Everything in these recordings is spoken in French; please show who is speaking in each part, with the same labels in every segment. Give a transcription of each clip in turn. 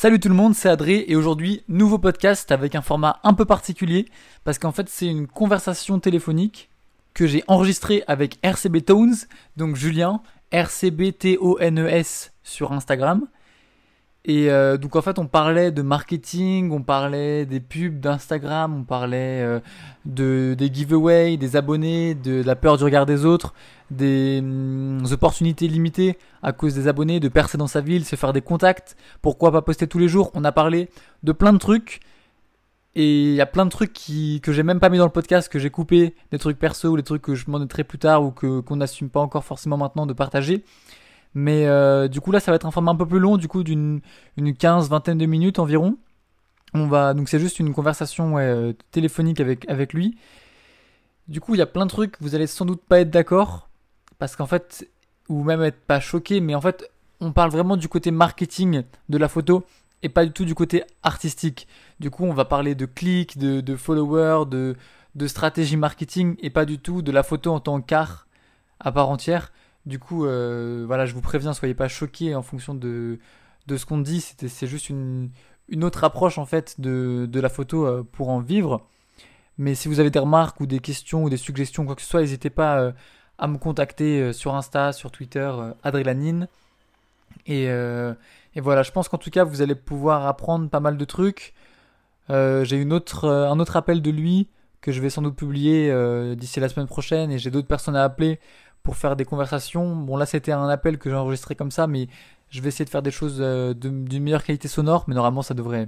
Speaker 1: Salut tout le monde, c'est Adré et aujourd'hui, nouveau podcast avec un format un peu particulier parce qu'en fait c'est une conversation téléphonique que j'ai enregistrée avec RCB Tones, donc Julien, RCBTONES sur Instagram. Et donc en fait on parlait de marketing, on parlait des pubs d'Instagram, on parlait des giveaways, des abonnés, de la peur du regard des autres, des opportunités limitées à cause des abonnés, de percer dans sa ville, se faire des contacts, pourquoi pas poster tous les jours. On a parlé de plein de trucs et il y a plein de trucs que j'ai même pas mis dans le podcast, que j'ai coupé, des trucs perso ou des trucs que je m'en noterai plus tard ou qu'on n'assume pas encore forcément maintenant de partager. Mais du coup là ça va être un format un peu plus long, du coup d'une 15-20 de minutes environ. Donc c'est juste une conversation téléphonique avec lui. Du coup il y a plein de trucs, vous allez sans doute pas être d'accord, parce qu'en fait, ou même être pas choqué, mais en fait on parle vraiment du côté marketing de la photo et pas du tout du côté artistique. Du coup on va parler de clics, de followers, de stratégie marketing et pas du tout de la photo en tant qu'art à part entière. Du coup, voilà, je vous préviens, soyez pas choqués en fonction de ce qu'on dit. C'est juste une autre approche en fait de la photo pour en vivre. Mais si vous avez des remarques ou des questions ou des suggestions, quoi que ce soit, n'hésitez pas à me contacter sur Insta, sur Twitter, Adrélanine. Et voilà, je pense qu'en tout cas, vous allez pouvoir apprendre pas mal de trucs. J'ai un autre appel de lui que je vais sans doute publier d'ici la semaine prochaine et j'ai d'autres personnes à appeler pour faire des conversations. Bon là c'était un appel que j'ai enregistré comme ça, mais je vais essayer de faire des choses d'une meilleure qualité sonore, mais normalement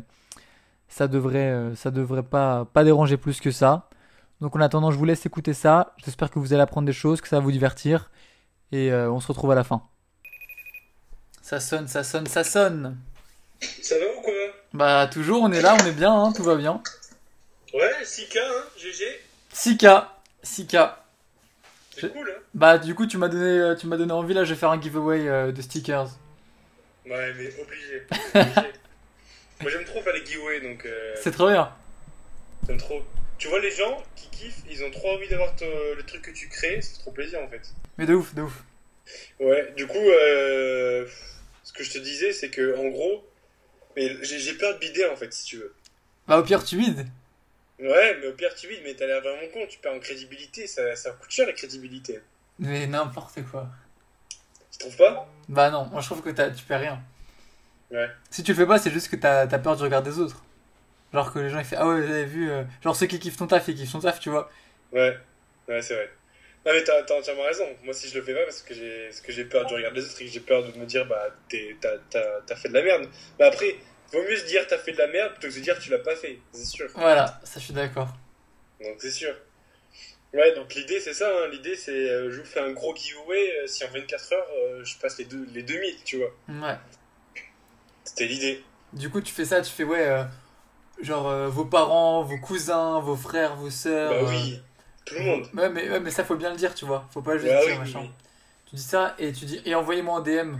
Speaker 1: ça devrait pas déranger plus que ça. Donc en attendant, je vous laisse écouter ça. J'espère que vous allez apprendre des choses, que ça va vous divertir, et on se retrouve à la fin. Ça sonne, ça sonne, ça sonne.
Speaker 2: Ça va ou quoi?
Speaker 1: Bah toujours, on est là, on est bien, hein, tout va bien.
Speaker 2: Ouais, 6K, hein, GG.
Speaker 1: 6K, 6K.
Speaker 2: C'est cool, hein.
Speaker 1: Bah du coup tu m'as donné envie, là je vais faire un giveaway de stickers.
Speaker 2: Ouais, mais obligé. Obligé. Moi j'aime trop faire les giveaways, donc
Speaker 1: C'est trop bien.
Speaker 2: j'aime trop. Tu vois les gens qui kiffent, ils ont trop envie d'avoir le truc que tu crées, c'est trop plaisir en fait.
Speaker 1: Mais de ouf, de ouf.
Speaker 2: Ouais, du coup, ce que je te disais, c'est que en gros, mais j'ai peur de bider en fait, si tu veux.
Speaker 1: Bah au pire tu vides.
Speaker 2: Ouais, mais au pire tu vides, mais t'as l'air vraiment con, tu perds en crédibilité, ça coûte cher la crédibilité.
Speaker 1: Mais n'importe quoi.
Speaker 2: Tu trouves pas?
Speaker 1: Bah non, moi je trouve que tu perds rien.
Speaker 2: Ouais.
Speaker 1: Si tu le fais pas, c'est juste que t'as peur du regard des autres. Genre que les gens ils font ah ouais, vous avez vu, genre ceux qui kiffent ton taf, ils kiffent ton taf, tu vois.
Speaker 2: Ouais, ouais, c'est vrai. Non mais t'as entièrement raison. Moi si je le fais pas parce que j'ai peur du regard des autres et que j'ai peur de me dire bah t'as fait de la merde. Bah après, vaut mieux se dire t'as fait de la merde plutôt que de se dire tu l'as pas fait, c'est sûr.
Speaker 1: Voilà, ça je suis d'accord.
Speaker 2: Donc c'est sûr. Ouais, donc l'idée c'est ça, hein. L'idée c'est je vous fais un gros giveaway si en 24 heures je passe les 2000, tu vois.
Speaker 1: Ouais.
Speaker 2: C'était l'idée.
Speaker 1: Du coup tu fais ça, tu fais ouais, genre vos parents, vos cousins, vos frères, vos sœurs.
Speaker 2: Bah oui, tout le monde.
Speaker 1: Ouais, mais ça faut bien le dire, tu vois. Faut pas juste
Speaker 2: Ouais,
Speaker 1: dire
Speaker 2: oui,
Speaker 1: machin.
Speaker 2: oui.
Speaker 1: Tu dis ça et tu dis et envoyez-moi en DM,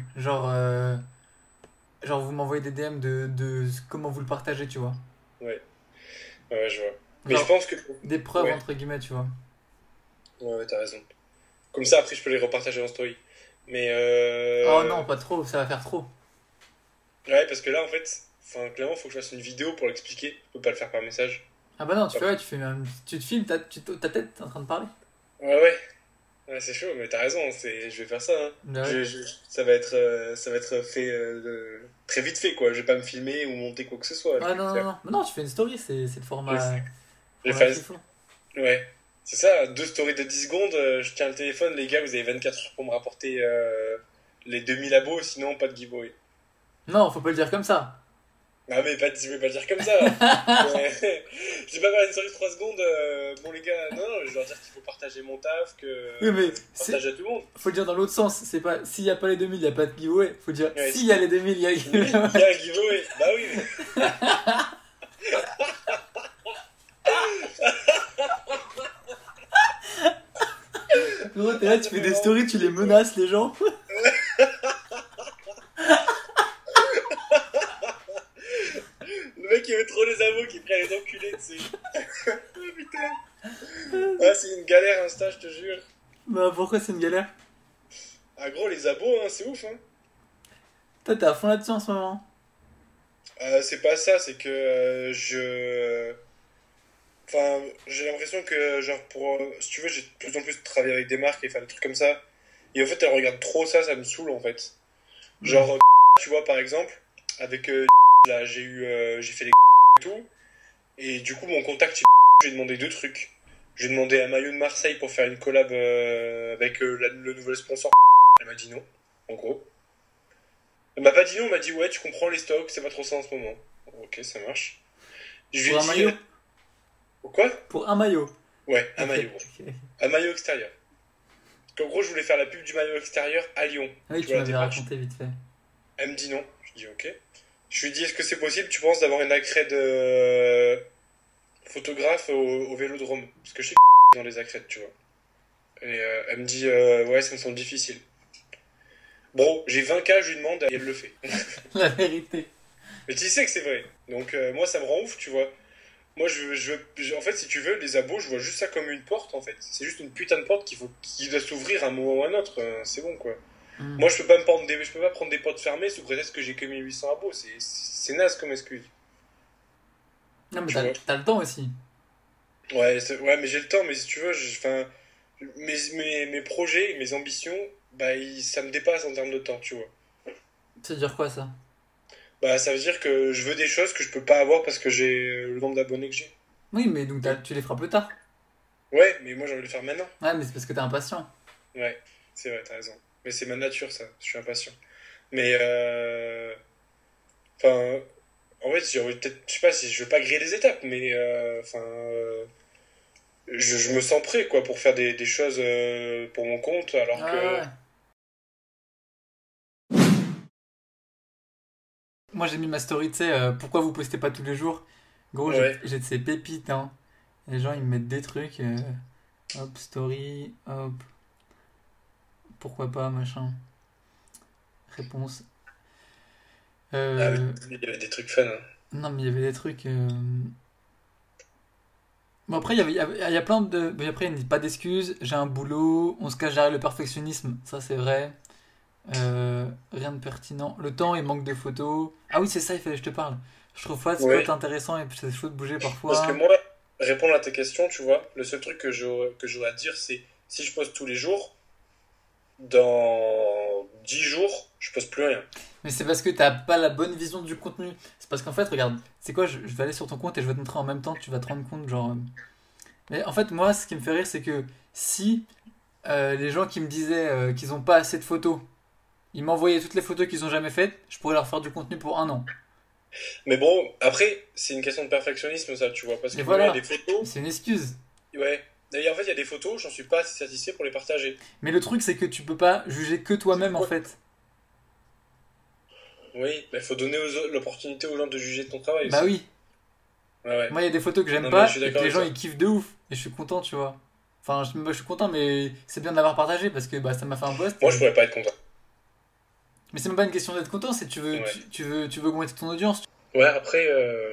Speaker 1: genre vous m'envoyez des DM de comment vous le partagez, tu vois.
Speaker 2: Ouais, ouais, je vois. Mais
Speaker 1: Genre
Speaker 2: je pense que...
Speaker 1: des preuves
Speaker 2: Ouais,
Speaker 1: entre guillemets, tu vois.
Speaker 2: ouais, t'as raison. Comme ça après je peux les repartager en story. Mais
Speaker 1: Oh non, pas trop, ça va faire trop.
Speaker 2: ouais, parce que là, en fait, enfin, clairement, faut que je fasse une vidéo pour l'expliquer. Je peux pas le faire par message.
Speaker 1: Ah bah non, tu te filmes, ta tête t'es en train de parler.
Speaker 2: Ouais, ouais. Ouais, c'est chaud, mais t'as raison, je vais faire ça. Hein.
Speaker 1: Bah ouais.
Speaker 2: Ça va être fait très vite fait, quoi. Je vais pas me filmer ou monter quoi que ce soit.
Speaker 1: Ah non, non, non, non, tu fais une story, c'est le format,
Speaker 2: Je vais
Speaker 1: format
Speaker 2: faire...
Speaker 1: qu'il faut.
Speaker 2: Ouais. C'est ça, 2 stories de 10 secondes. Je tiens le téléphone, les gars, vous avez 24 heures pour me rapporter les 2000 abos, sinon pas de giveaway.
Speaker 1: Non, faut pas le dire comme ça.
Speaker 2: Ah mais je vais pas le dire comme ça. Je vais pas faire une série de 3 secondes. Bon les gars, non, je vais leur dire qu'il faut partager mon taf, que
Speaker 1: Oui, mais
Speaker 2: partager à tout le monde.
Speaker 1: faut le dire dans l'autre sens. C'est pas s'il y a pas les 2000, il y a pas de giveaway. Faut dire
Speaker 2: Ouais,
Speaker 1: s'il y a les 2000, il y a
Speaker 2: il
Speaker 1: giveaway.
Speaker 2: y a un giveaway. Bah oui.
Speaker 1: Gros, t'es là, tu fais des stories, tu les menaces les gens.
Speaker 2: Le mec il veut trop les abos qui prennent les enculés, tu sais. Oh putain. Ah, c'est une galère Insta, je te jure.
Speaker 1: Bah pourquoi c'est une galère?
Speaker 2: Ah gros, les abos, hein, c'est ouf, hein.
Speaker 1: Toi t'es à fond là-dessus en ce moment.
Speaker 2: C'est pas ça, c'est que Enfin, j'ai l'impression que, genre, si tu veux, j'ai de plus en plus travaillé avec des marques et faire des trucs comme ça. Et en fait, elles regardent trop ça, ça me saoule, en fait.
Speaker 1: Hmm.
Speaker 2: Genre, tu vois, par exemple, avec là, j'ai fait les et tout. Et du coup, mon contact, j'ai demandé deux trucs. J'ai demandé à Maillot de Marseille pour faire une collab avec le nouvel sponsor. Elle m'a dit non, en gros. Elle m'a pas dit non, elle m'a dit ouais, tu comprends les stocks, c'est pas trop ça en ce moment. Ok, ça marche. Je lui ai
Speaker 1: Pour un
Speaker 2: dit.
Speaker 1: maillot?
Speaker 2: Quoi?
Speaker 1: Pour un maillot.
Speaker 2: Ouais, un
Speaker 1: Ok.
Speaker 2: maillot.
Speaker 1: Ok.
Speaker 2: Un maillot extérieur. Qu'en gros, je voulais faire la pub du maillot extérieur à Lyon.
Speaker 1: Oui,
Speaker 2: Tu
Speaker 1: tu
Speaker 2: vois, la
Speaker 1: m'avais
Speaker 2: démarche.
Speaker 1: raconté vite fait.
Speaker 2: Elle me dit non. Je dis ok. Je lui dis est-ce que c'est possible, tu penses, d'avoir une accrède photographe au Vélodrome? Parce que je sais que dans les accrèdes, tu vois. Et elle me dit ouais, ça me semble difficile. Bon, j'ai 20K, je lui demande et elle le fait.
Speaker 1: La vérité.
Speaker 2: Mais tu sais que c'est vrai. Donc moi, ça me rend ouf, tu vois. Moi, en fait, si tu veux, les abos, je vois juste ça comme une porte, en fait. C'est juste une putain de porte qui doit s'ouvrir à un moment ou à un autre. C'est bon, quoi.
Speaker 1: Hmm.
Speaker 2: Moi, je peux pas prendre des portes fermées sous prétexte que j'ai que 1800 abos. C'est naze comme excuse.
Speaker 1: Non, mais
Speaker 2: Tu vois.
Speaker 1: t'as le temps aussi.
Speaker 2: Ouais, ouais, mais j'ai le temps, mais si tu veux, enfin, mes projets, mes ambitions, bah, ça me dépasse en termes de temps, tu vois.
Speaker 1: Ça veut dire quoi ça?
Speaker 2: Bah, ça veut dire que je veux des choses que je peux pas avoir parce que j'ai le nombre d'abonnés que j'ai.
Speaker 1: Oui, mais donc tu les feras plus tard.
Speaker 2: Ouais, mais moi, j'ai envie de le faire maintenant.
Speaker 1: Ouais, mais c'est parce que t'es impatient.
Speaker 2: Ouais, c'est vrai, t'as raison. Mais c'est ma nature, ça. Je suis impatient. Mais, enfin, en fait, j'ai envie peut-être, je sais pas si je veux pas griller les étapes, mais, enfin, je me sens prêt, quoi, pour faire des choses pour mon compte, alors que,
Speaker 1: Ouais. Moi j'ai mis ma story, tu sais, pourquoi vous postez pas tous les jours? Gros,
Speaker 2: ouais,
Speaker 1: j'ai de ces pépites, hein. Les gens ils me mettent des trucs, hop, story, hop, pourquoi pas, machin. Réponse.
Speaker 2: ah, mais
Speaker 1: Euh,
Speaker 2: il y avait des trucs fun, hein.
Speaker 1: non, mais il y avait des trucs. Bon, après, il y a plein de. Bon, après, il n'y a pas d'excuses, j'ai un boulot, on se cache derrière le perfectionnisme, ça c'est vrai. Rien de pertinent. Le temps, il manque de photos. Ah oui, c'est ça, il fallait que je te parle. Je trouve pas de spot
Speaker 2: Ouais.
Speaker 1: intéressant et puis c'est chaud de bouger
Speaker 2: Parce que
Speaker 1: parfois.
Speaker 2: moi, répondre à tes questions, tu vois, le seul truc que j'aurais à dire, c'est si je poste tous les jours, dans 10 jours, je poste plus rien.
Speaker 1: Mais c'est parce que t'as pas la bonne vision du contenu. C'est parce qu'en fait, regarde, c'est quoi, je vais aller sur ton compte et je vais te montrer en même temps, tu vas te rendre compte, genre. Mais en fait, moi, ce qui me fait rire, c'est que si les gens qui me disaient qu'ils ont pas assez de photos, ils m'envoyaient toutes les photos qu'ils ont jamais faites, je pourrais leur faire du contenu pour un an.
Speaker 2: Mais bon, après, c'est une question de perfectionnisme, ça, tu vois, parce
Speaker 1: Mais
Speaker 2: que moi, il y a des
Speaker 1: voilà,
Speaker 2: photos,
Speaker 1: c'est une excuse.
Speaker 2: ouais. D'ailleurs, en fait, il y a des photos, j'en suis pas assez satisfait pour les partager.
Speaker 1: Mais le truc, c'est que tu peux pas juger que toi-même, en fait.
Speaker 2: Oui, mais il faut donner l'opportunité aux gens de juger de ton travail
Speaker 1: Bah
Speaker 2: aussi.
Speaker 1: oui,
Speaker 2: Ouais, ouais.
Speaker 1: moi, il y a des photos que j'aime
Speaker 2: Non, mais je
Speaker 1: pas
Speaker 2: suis
Speaker 1: et que
Speaker 2: d'accord
Speaker 1: les
Speaker 2: avec
Speaker 1: gens
Speaker 2: ça.
Speaker 1: ils kiffent de ouf. Et je suis content, tu vois. Enfin, moi, je suis content, mais c'est bien de l'avoir partagé parce que bah, ça m'a fait un post.
Speaker 2: Moi, je pourrais pas être content.
Speaker 1: Mais c'est même pas une question d'être content, c'est
Speaker 2: Ouais.
Speaker 1: tu veux augmenter ton audience.
Speaker 2: Ouais, après,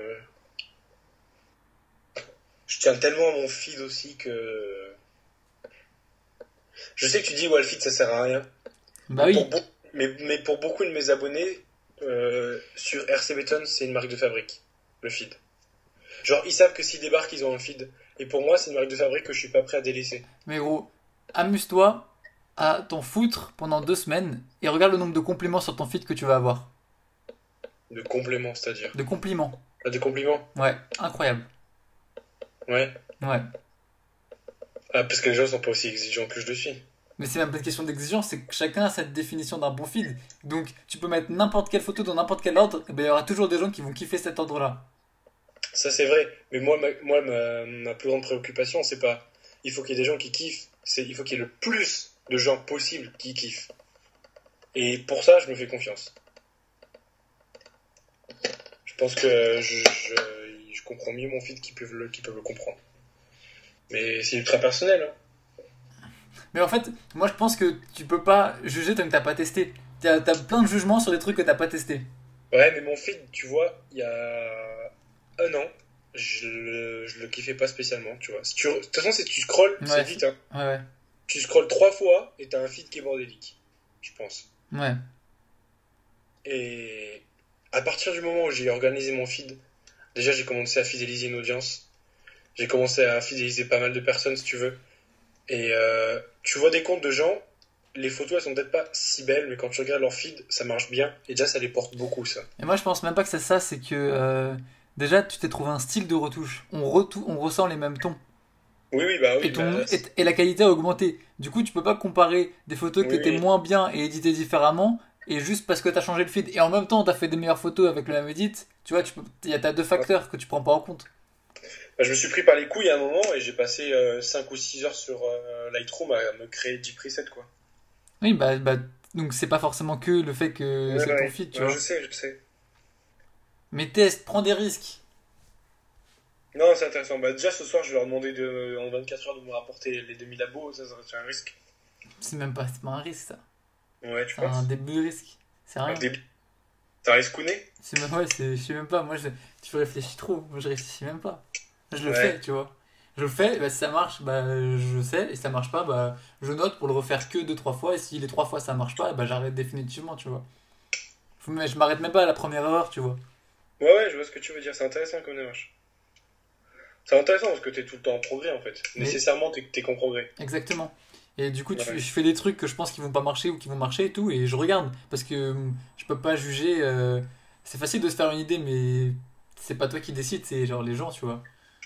Speaker 2: je tiens tellement à mon feed aussi que. Je sais que tu dis, ouais, le feed, ça sert à rien.
Speaker 1: Bah
Speaker 2: Mais
Speaker 1: oui,
Speaker 2: mais pour beaucoup de mes abonnés, sur RC Beton, c'est une marque de fabrique, le feed. Genre, ils savent que s'ils débarquent, ils ont un feed. Et pour moi, c'est une marque de fabrique que je suis pas prêt à délaisser.
Speaker 1: mais gros, amuse-toi à t'en foutre pendant 2 semaines et regarde le nombre de compliments sur ton feed que tu vas avoir.
Speaker 2: De compléments, c'est-à-dire.
Speaker 1: De compliments.
Speaker 2: Ah, des compliments?
Speaker 1: Ouais, incroyable.
Speaker 2: Ouais.
Speaker 1: Ouais.
Speaker 2: Ah, parce que les gens sont pas aussi exigeants que je le suis.
Speaker 1: Mais c'est même pas une question d'exigence, c'est que chacun a cette définition d'un bon feed. Donc tu peux mettre n'importe quelle photo dans n'importe quel ordre, et ben, il y aura toujours des gens qui vont kiffer cet ordre-là.
Speaker 2: Ça, c'est vrai. Mais ma plus grande préoccupation, c'est pas. Il faut qu'il y ait des gens qui kiffent. Il faut qu'il y ait le plus de gens possible qui kiffent. Et pour ça, je me fais confiance. Je pense que je comprends mieux mon feed qui peuvent le comprendre. Mais c'est ultra personnel, hein.
Speaker 1: Mais en fait, moi je pense que tu peux pas juger tant que t'as pas testé. T'as plein de jugements sur des trucs que t'as pas testé.
Speaker 2: Ouais, mais mon feed, tu vois, il y a un an, je le kiffais pas spécialement, tu vois. De toute façon, si tu scrolls, c'est
Speaker 1: Ouais,
Speaker 2: vite, hein.
Speaker 1: ouais, ouais.
Speaker 2: Tu scrolls 3 fois et t'as un feed qui est bordélique, je pense.
Speaker 1: Ouais.
Speaker 2: Et à partir du moment où j'ai organisé mon feed, déjà j'ai commencé à fidéliser une audience. J'ai commencé à fidéliser pas mal de personnes, si tu veux. Et tu vois des comptes de gens, les photos elles sont peut-être pas si belles, mais quand tu regardes leur feed, ça marche bien. Et déjà ça les porte beaucoup, ça.
Speaker 1: Et moi, je pense même pas que c'est ça, c'est que déjà, tu t'es trouvé un style de retouche. On ressent les mêmes tons.
Speaker 2: Oui, oui, bah
Speaker 1: Et,
Speaker 2: oui, bah,
Speaker 1: et la qualité a augmenté. Du coup, tu peux pas comparer des photos qui
Speaker 2: oui,
Speaker 1: étaient
Speaker 2: oui.
Speaker 1: moins bien et éditées différemment, et juste parce que t'as changé le feed. Et en même temps, t'as fait des meilleures photos avec le même edit. Tu vois, t'as deux
Speaker 2: Ouais.
Speaker 1: facteurs que tu prends pas en compte.
Speaker 2: Bah, je me suis pris par les couilles à un moment et j'ai passé 5 ou 6 heures sur Lightroom à me créer 10 presets, quoi.
Speaker 1: Oui, donc c'est pas forcément que le fait que
Speaker 2: Ouais,
Speaker 1: c'est ton
Speaker 2: ouais,
Speaker 1: feed, tu
Speaker 2: ouais, je
Speaker 1: vois.
Speaker 2: sais, je sais.
Speaker 1: Mais teste, prends des risques.
Speaker 2: Non, c'est intéressant. Bah, déjà ce soir, je vais leur demander en 24 heures de me rapporter les demi-labos, ça va être un risque.
Speaker 1: C'est pas un risque, ça.
Speaker 2: Ouais, tu
Speaker 1: C'est un
Speaker 2: penses?
Speaker 1: début de risque. C'est
Speaker 2: Un
Speaker 1: rien.
Speaker 2: début. T'as risqué?
Speaker 1: C'est même, ouais, je sais même pas. Tu réfléchis trop. Moi, je réfléchis même pas. Je le fais,
Speaker 2: Ouais.
Speaker 1: tu vois. Je le fais, bah, si ça marche, bah, je sais. Et si ça marche pas, bah, je note pour le refaire que deux trois fois. Et si les trois fois ça marche pas, bah, j'arrête définitivement, tu vois. Je m'arrête même pas à la première erreur, tu vois.
Speaker 2: Ouais, ouais, je vois ce que tu veux dire. C'est intéressant comme démarche. C'est intéressant parce que t'es tout le temps en progrès en fait.
Speaker 1: Mais
Speaker 2: Nécessairement, t'es qu'en progrès.
Speaker 1: exactement. Et du coup,
Speaker 2: Ouais.
Speaker 1: je fais des trucs que je pense qu'ils vont pas marcher ou qui vont marcher et tout. Et je regarde. Parce que je peux pas juger. C'est facile de se faire une idée, mais c'est pas toi qui décides, c'est genre les gens, tu vois.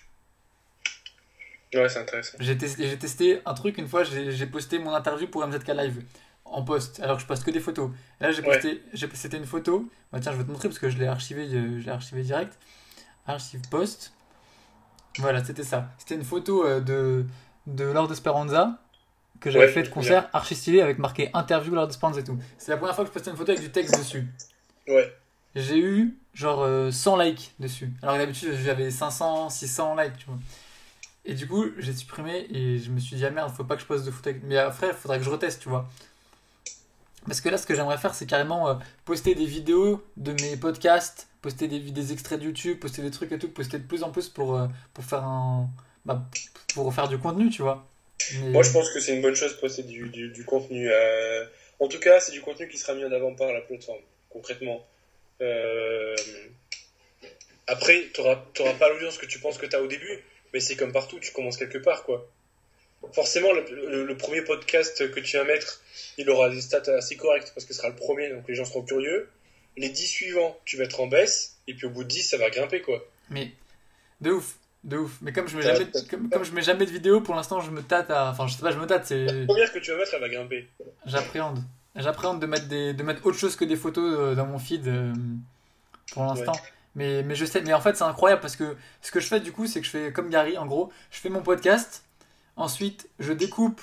Speaker 2: Ouais, c'est intéressant.
Speaker 1: J'ai testé un truc une fois, j'ai posté mon interview pour MZK Live en post, alors que je poste que des photos. Et là,
Speaker 2: Ouais,
Speaker 1: c'était une photo. Bah, tiens, je vais te montrer parce que je l'ai archivé direct. Archive post. Voilà, c'était ça. C'était une photo de Lord Esperanza que j'avais
Speaker 2: ouais, je
Speaker 1: fait
Speaker 2: me
Speaker 1: de
Speaker 2: souviens.
Speaker 1: concert, archi stylé avec marqué interview Lord Esperanza et tout. C'est la première fois que je postais une photo avec du texte dessus.
Speaker 2: Ouais.
Speaker 1: J'ai eu genre 100 likes dessus. Alors que d'habitude, j'avais 500, 600 likes, tu vois. Et du coup, j'ai supprimé et je me suis dit, ah merde, faut pas que je poste de photos. Mais après, il faudrait que je reteste, tu vois. Parce que là, ce que j'aimerais faire, c'est carrément poster des vidéos de mes podcasts, poster des extraits de YouTube, poster des trucs et tout, poster de plus en plus pour faire bah, pour faire du contenu, tu vois.
Speaker 2: Moi,
Speaker 1: Mais
Speaker 2: je pense que c'est une bonne chose de poster du contenu. En tout cas, c'est du contenu qui sera mis en avant par la plateforme, concrètement. Euh, Après, t'auras pas l'audience que tu penses que t'as au début, mais c'est comme partout, tu commences quelque part, quoi. Forcément, le premier podcast que tu vas mettre, il aura des stats assez correctes parce que ce sera le premier, donc les gens seront curieux. Les 10 suivants, tu vas être en baisse, et puis au bout de 10, ça va grimper, quoi.
Speaker 1: mais de ouf, de ouf. Mais comme je mets
Speaker 2: Ça va-
Speaker 1: jamais comme je mets jamais de vidéo, pour l'instant, je me tâte à enfin, je sais pas, je me tâte,
Speaker 2: La
Speaker 1: c'est
Speaker 2: première que tu vas mettre, elle va grimper.
Speaker 1: j'appréhende. J'appréhende de mettre autre chose que des photos dans mon feed pour
Speaker 2: Ouais.
Speaker 1: l'instant. Mais je sais, mais en fait, c'est incroyable parce que ce que je fais du coup, c'est que je fais comme Gary, en gros, je fais mon podcast, ensuite je découpe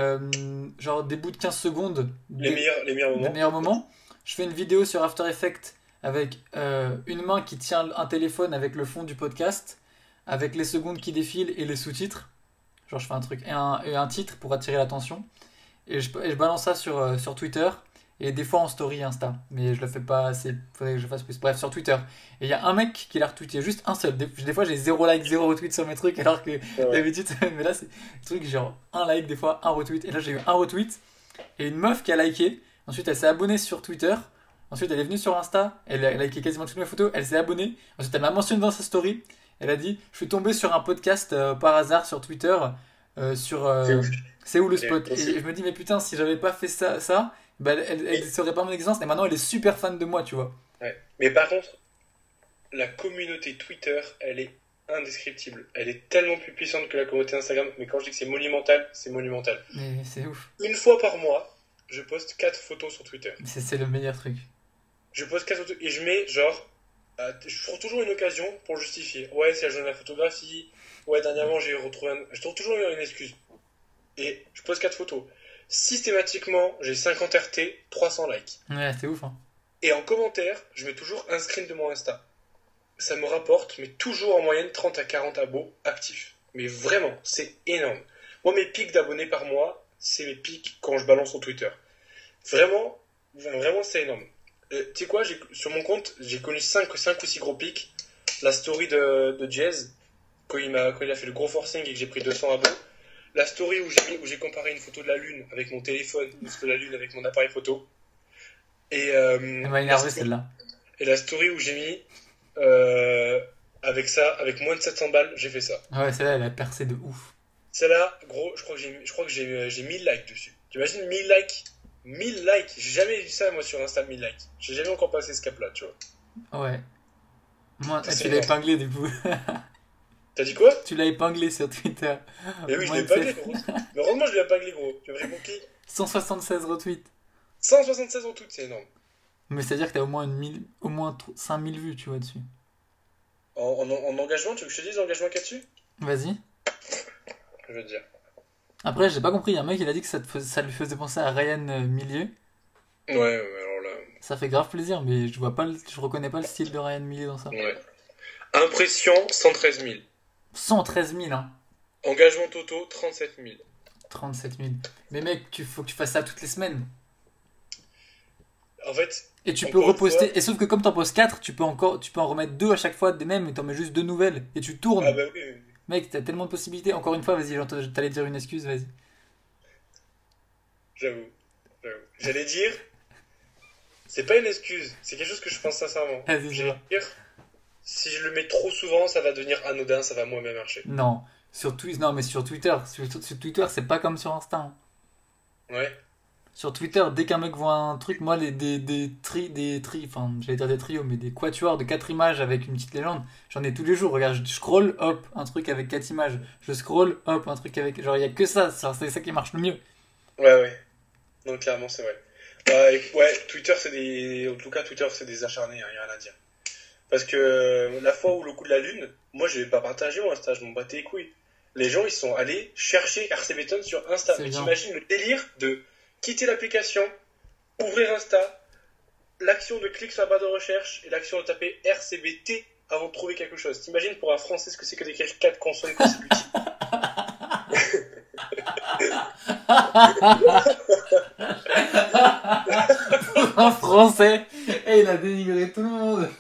Speaker 1: genre des bouts de 15 secondes
Speaker 2: Les meilleurs
Speaker 1: des
Speaker 2: moments.
Speaker 1: meilleurs moments. Je fais une vidéo sur After Effects avec une main qui tient un téléphone avec le fond du podcast, avec les secondes qui défilent et les sous-titres. Genre, je fais un truc et un titre pour attirer l'attention. Et je balance ça sur Twitter. Et des fois en story Insta. Mais je le fais pas assez. Faudrait que je fasse plus. Bref, sur Twitter. Et il y a un mec qui l'a retweeté. Juste un seul. Des fois, j'ai zéro like, zéro retweet sur mes trucs. Alors que
Speaker 2: Ouais.
Speaker 1: d'habitude. Mais là, c'est des trucs genre un like, des fois un retweet. Et là, j'ai eu un retweet. Et une meuf qui a liké. Ensuite, elle s'est abonnée sur Twitter. Ensuite, elle est venue sur Insta. Elle a liké quasiment toutes mes photos. Elle s'est abonnée. Ensuite, elle m'a mentionné dans sa story. Elle a dit: je suis tombée sur un podcast par hasard sur Twitter. Sur
Speaker 2: C'est ouf.
Speaker 1: c'est où le
Speaker 2: Et-
Speaker 1: spot.
Speaker 2: et
Speaker 1: Et
Speaker 2: c'est-
Speaker 1: je me dis, mais putain, si j'avais pas fait ça bah, elle
Speaker 2: et-
Speaker 1: saurait pas mon existence. Et maintenant, elle est super fan de moi, tu vois.
Speaker 2: ouais. Mais par contre, la communauté Twitter, elle est indescriptible. Elle est tellement plus puissante que la communauté Instagram. Mais quand je dis que c'est monumental, c'est monumental.
Speaker 1: Mais c'est ouf.
Speaker 2: Une fois par mois, je poste 4 photos sur Twitter.
Speaker 1: C'est le meilleur truc.
Speaker 2: Je poste 4 photos et je mets genre. Je trouve toujours une occasion pour le justifier. Ouais, c'est la journée de la photographie. Ouais, dernièrement, j'ai retrouvé un. Je trouve toujours une excuse. Et je poste 4 photos. Systématiquement, j'ai 50 RT, 300 likes.
Speaker 1: Ouais, c'est ouf, hein.
Speaker 2: Et en commentaire, je mets toujours un screen de mon Insta. Ça me rapporte, mais toujours en moyenne 30 à 40 abos actifs. Mais vraiment, c'est énorme. Moi, mes pics d'abonnés par mois, c'est mes pics quand je balance sur Twitter. Vraiment, vraiment, c'est énorme. Tu sais quoi, sur mon compte, j'ai connu 5 ou 6 gros pics. La story de Jazz, quand il a fait le gros forcing et que j'ai pris 200 abos. La story où j'ai comparé une photo de la lune avec mon téléphone, une photo de la lune avec mon appareil photo. Et
Speaker 1: Elle m'a énervé celle-là.
Speaker 2: Et la story où j'ai mis, euh, avec ça, avec moins de 700 balles, j'ai fait ça.
Speaker 1: Ah ouais, celle-là, elle a percé de ouf.
Speaker 2: Celle-là, gros, je crois que j'ai 1000 likes dessus. Tu imagines 1000 likes? 1000 likes. J'ai jamais vu ça, moi, sur Insta, 1000 likes. J'ai jamais encore passé ce cap-là, tu vois.
Speaker 1: Ouais. Moi,
Speaker 2: Ça, c'est
Speaker 1: tu l'as
Speaker 2: énorme.
Speaker 1: épinglé du coup.
Speaker 2: T'as dit quoi?
Speaker 1: Tu l'as épinglé sur Twitter.
Speaker 2: Mais oui, je
Speaker 1: Moins
Speaker 2: l'ai
Speaker 1: de
Speaker 2: épinglé,
Speaker 1: 7.
Speaker 2: gros. Mais heureusement, je l'ai épinglé, gros. Tu as vraiment qui?
Speaker 1: 176 retweets.
Speaker 2: 176 en tout, c'est énorme.
Speaker 1: Mais c'est-à-dire que t'as au moins, 5000 vues, tu vois, dessus.
Speaker 2: En engagement, tu veux que je te dise l'engagement qu'il y a dessus?
Speaker 1: Vas-y.
Speaker 2: Je veux te dire.
Speaker 1: Après, j'ai pas compris. Il y a un mec, il a dit que ça lui faisait penser à Ryan Millier.
Speaker 2: Ouais, ouais, alors là.
Speaker 1: Ça fait grave plaisir, mais je vois pas, je reconnais pas le style de Ryan Millier dans ça.
Speaker 2: Ouais. Impression, 113 000.
Speaker 1: 113 000, hein.
Speaker 2: Engagement totaux, 37 000.
Speaker 1: 37 000. Mais mec, faut que tu fasses ça toutes les semaines.
Speaker 2: En fait,
Speaker 1: Et tu peux
Speaker 2: encore une
Speaker 1: reposter.
Speaker 2: fois.
Speaker 1: Et sauf que comme t'en postes 4, tu peux en remettre 2 à chaque fois des mêmes et t'en mets juste 2 nouvelles. Et tu
Speaker 2: Ah
Speaker 1: tournes.
Speaker 2: bah oui, oui, oui.
Speaker 1: Mec, t'as tellement de possibilités. Encore une fois, vas-y, t'allais dire une excuse, vas-y.
Speaker 2: J'avoue. J'allais dire, c'est pas une excuse, c'est quelque chose que je pense sincèrement.
Speaker 1: Vas-y,
Speaker 2: J'allais
Speaker 1: dis-moi.
Speaker 2: dire, si je le mets trop souvent, ça va devenir anodin, ça va moins bien marcher.
Speaker 1: Non. Non, mais sur Twitter. Sur Twitter, c'est pas comme sur Insta, hein.
Speaker 2: Ouais.
Speaker 1: Sur Twitter, dès qu'un mec voit un truc, moi, enfin, j'allais dire des trios, mais des quatuors de 4 images avec une petite légende, j'en ai tous les jours. Regarde, je scroll, hop, un truc avec 4 images. Je scroll, hop, un truc avec. Genre, il y a que ça, c'est ça qui marche le mieux.
Speaker 2: Ouais, ouais. Non, clairement, c'est vrai. Ouais, Twitter, c'est des. En tout cas, Twitter, c'est des acharnés, hein, y a rien à dire. Parce que la fois où le coup de la lune, moi, je vais pas partager mon Insta, je m'en battais les couilles. Les gens, ils sont allés chercher RC Beton sur Insta.
Speaker 1: C'est
Speaker 2: Mais
Speaker 1: bien.
Speaker 2: t'imagines le délire de quitter l'application, ouvrir Insta, l'action de clic sur la barre de recherche et l'action de taper RCBT avant de trouver quelque chose. T'imagines pour un Français ce que c'est que d'écrire 4 consonnes consécutives?
Speaker 1: Un français, et il a dénigré tout le monde.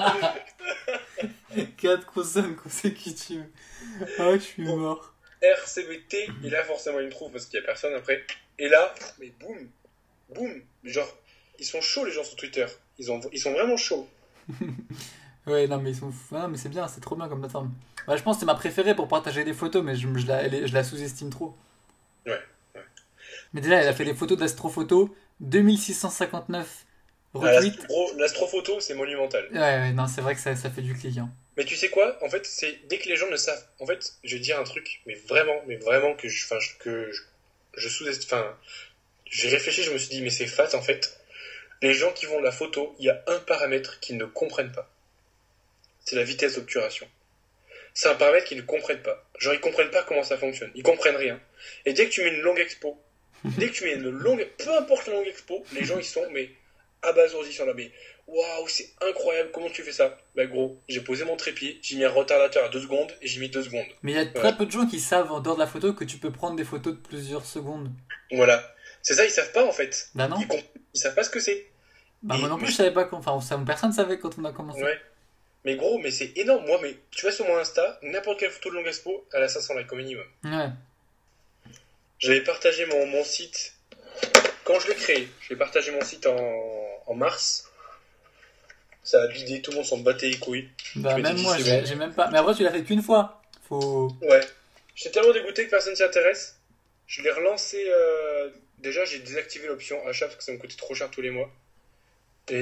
Speaker 1: 4 consonnes consécutives. Ah, je suis
Speaker 2: Bon,
Speaker 1: mort.
Speaker 2: RCBT, et là forcément il me trouve parce qu'il y a personne après. Et là, mais boum, boum, genre, ils sont chauds les gens sur Twitter. Ils sont vraiment chauds.
Speaker 1: Ouais, non, mais ils sont fous. Non, mais c'est bien, c'est trop bien comme plateforme. Bah, je pense que c'est ma préférée pour partager des photos, mais je la sous-estime trop.
Speaker 2: Ouais, ouais.
Speaker 1: Mais déjà, elle a
Speaker 2: C'est
Speaker 1: fait
Speaker 2: plus.
Speaker 1: des photos d'astrophoto, 2659
Speaker 2: Ah,
Speaker 1: retweets.
Speaker 2: l'astrophoto, c'est monumental.
Speaker 1: Ouais, ouais, non, c'est vrai que ça fait du clic, hein.
Speaker 2: Mais tu sais quoi? En fait, c'est dès que les gens ne savent. En fait, je vais dire un truc, mais vraiment que je sous-estime. Enfin, j'ai réfléchi, je me suis dit, mais c'est fat en fait. Les gens qui font de la photo, il y a un paramètre qu'ils ne comprennent pas. C'est la vitesse d'obturation. C'est un paramètre qu'ils ne comprennent pas. Genre, ils comprennent pas comment ça fonctionne. Ils comprennent rien. Et dès que tu mets une longue expo, dès que tu mets une longue, peu importe la longue expo, les gens ils sont mais abasourdis sur la mais waouh, c'est incroyable, comment tu fais ça? Bah gros, j'ai posé mon trépied, j'ai mis un retardateur à 2 secondes et j'ai mis 2 secondes.
Speaker 1: Mais il y a
Speaker 2: Voilà.
Speaker 1: très peu de gens qui savent, en dehors de la photo, que tu peux prendre des photos de plusieurs secondes.
Speaker 2: Voilà. C'est ça, ils savent pas en fait.
Speaker 1: Bah non.
Speaker 2: Ils savent pas ce que c'est.
Speaker 1: Bah moi
Speaker 2: Et
Speaker 1: non plus,
Speaker 2: mais,
Speaker 1: je savais pas. Enfin, personne savait quand on a commencé.
Speaker 2: ouais. Mais gros, mais c'est énorme. Moi, mais tu vas sur mon Insta, n'importe quelle photo de longue expo, elle a 500 likes au minimum.
Speaker 1: Ouais.
Speaker 2: J'avais partagé mon site quand je l'ai créé. J'ai partagé mon site en mars. Ça a bidé, tout le monde s'en battait les couilles. Je
Speaker 1: Bah
Speaker 2: m'étais
Speaker 1: même
Speaker 2: dit,
Speaker 1: moi,
Speaker 2: c'est
Speaker 1: j'ai
Speaker 2: bon.
Speaker 1: j'ai même pas. Mais après, tu l'as fait qu'une fois. Faut.
Speaker 2: Ouais. J'étais tellement dégoûté que personne s'y intéresse. Je l'ai relancé. Déjà, j'ai désactivé l'option achat parce que ça me coûtait trop cher tous les mois. Et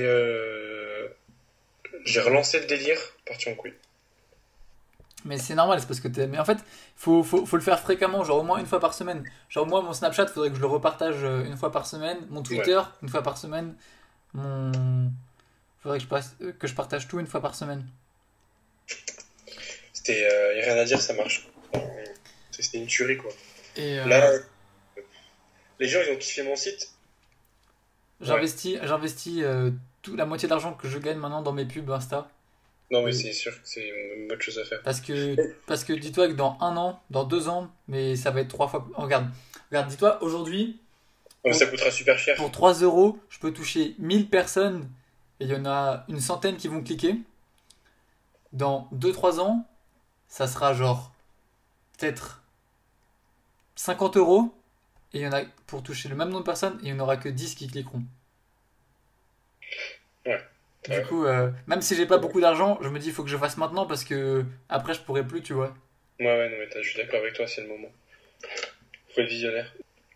Speaker 2: j'ai relancé le délire, parti en couille.
Speaker 1: Mais c'est normal, c'est parce que t'es. Mais en fait, faut le faire fréquemment, genre au moins une fois par semaine. Genre moi, mon Snapchat, faudrait que je le repartage une fois par semaine. Mon
Speaker 2: Ouais.
Speaker 1: Twitter, une fois par semaine. Mon. Faudrait que je partage tout une fois par semaine.
Speaker 2: C'était. Y a rien à dire, ça marche. C'était une tuerie, quoi.
Speaker 1: Et
Speaker 2: Là, les gens, ils ont kiffé mon site. Ouais.
Speaker 1: j'investis la moitié de l'argent que je gagne maintenant dans mes pubs Insta.
Speaker 2: Non, mais
Speaker 1: Et
Speaker 2: c'est sûr que c'est une bonne chose à faire.
Speaker 1: parce que dis-toi que dans un an, dans 2 ans, mais ça va être 3 fois. Regarde, dis-toi, aujourd'hui,
Speaker 2: Non, mais
Speaker 1: pour,
Speaker 2: ça coûtera super cher.
Speaker 1: pour 3 euros, je peux toucher 1000 personnes et il y en a une centaine qui vont cliquer. Dans 2 3 ans, ça sera genre peut-être 50 euros et il y en a pour toucher le même nombre de personnes et il n'y en aura que 10 qui cliqueront.
Speaker 2: Ouais.
Speaker 1: Du
Speaker 2: Ouais,
Speaker 1: coup, même si j'ai pas beaucoup d'argent, je me dis il faut que je fasse maintenant parce que après je pourrai plus, tu vois.
Speaker 2: ouais, non, mais je suis d'accord avec toi, c'est le moment. Faut être visionnaire.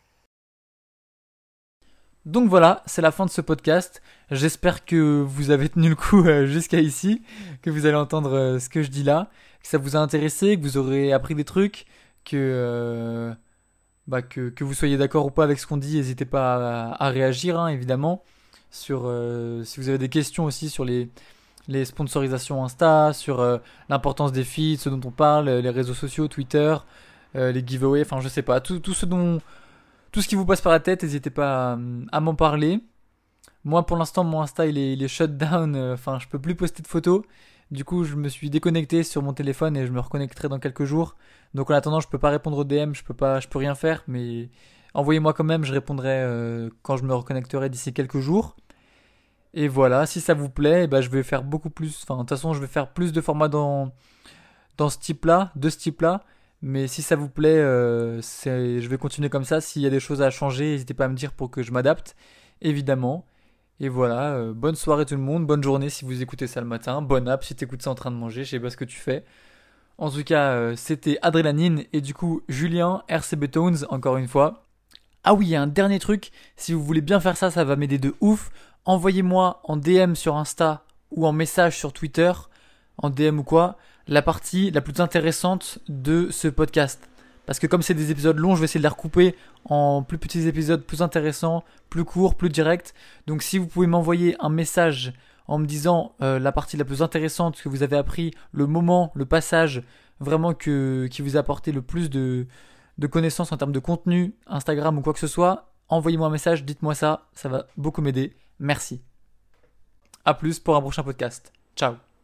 Speaker 1: Donc voilà, c'est la fin de ce podcast. J'espère que vous avez tenu le coup jusqu'à ici, que vous allez entendre ce que je dis là, que ça vous a intéressé, que vous aurez appris des trucs, que vous soyez d'accord ou pas avec ce qu'on dit, n'hésitez pas à réagir, hein, évidemment. Si vous avez des questions aussi sur les sponsorisations Insta, sur l'importance des feeds, ce dont on parle, les réseaux sociaux, Twitter, les giveaways, enfin je sais pas, tout ce qui vous passe par la tête, n'hésitez pas à m'en parler. Moi, pour l'instant, mon Insta, il est shut down. Enfin, je peux plus poster de photos. Du coup, je me suis déconnecté sur mon téléphone et je me reconnecterai dans quelques jours. Donc, en attendant, je peux pas répondre aux DM, je peux rien faire. Mais envoyez-moi quand même, je répondrai quand je me reconnecterai d'ici quelques jours. Et voilà, si ça vous plaît, eh ben, je vais faire beaucoup plus. Enfin, de toute façon, je vais faire plus de formats dans ce type-là, de ce type-là. Mais si ça vous plaît, je vais continuer comme ça. S'il y a des choses à changer, n'hésitez pas à me dire pour que je m'adapte, évidemment. Et voilà, bonne soirée tout le monde, bonne journée si vous écoutez ça le matin, bonne app si tu écoutes ça en train de manger, je sais pas ce que tu fais. En tout cas, c'était Adrénaline et du coup Julien, RCB Tones, encore une fois. Ah oui, il y a un dernier truc, si vous voulez bien faire ça, ça va m'aider de ouf. Envoyez-moi en DM sur Insta ou en message sur Twitter, en DM ou quoi, la partie la plus intéressante de ce podcast. Parce que comme c'est des épisodes longs, je vais essayer de les recouper en plus petits épisodes plus intéressants, plus courts, plus directs. Donc si vous pouvez m'envoyer un message en me disant la partie la plus intéressante que vous avez appris, le moment, le passage, vraiment qui vous a apporté le plus de connaissances en termes de contenu, Instagram ou quoi que ce soit, envoyez-moi un message, dites-moi ça va beaucoup m'aider. Merci. À plus pour un prochain podcast. Ciao.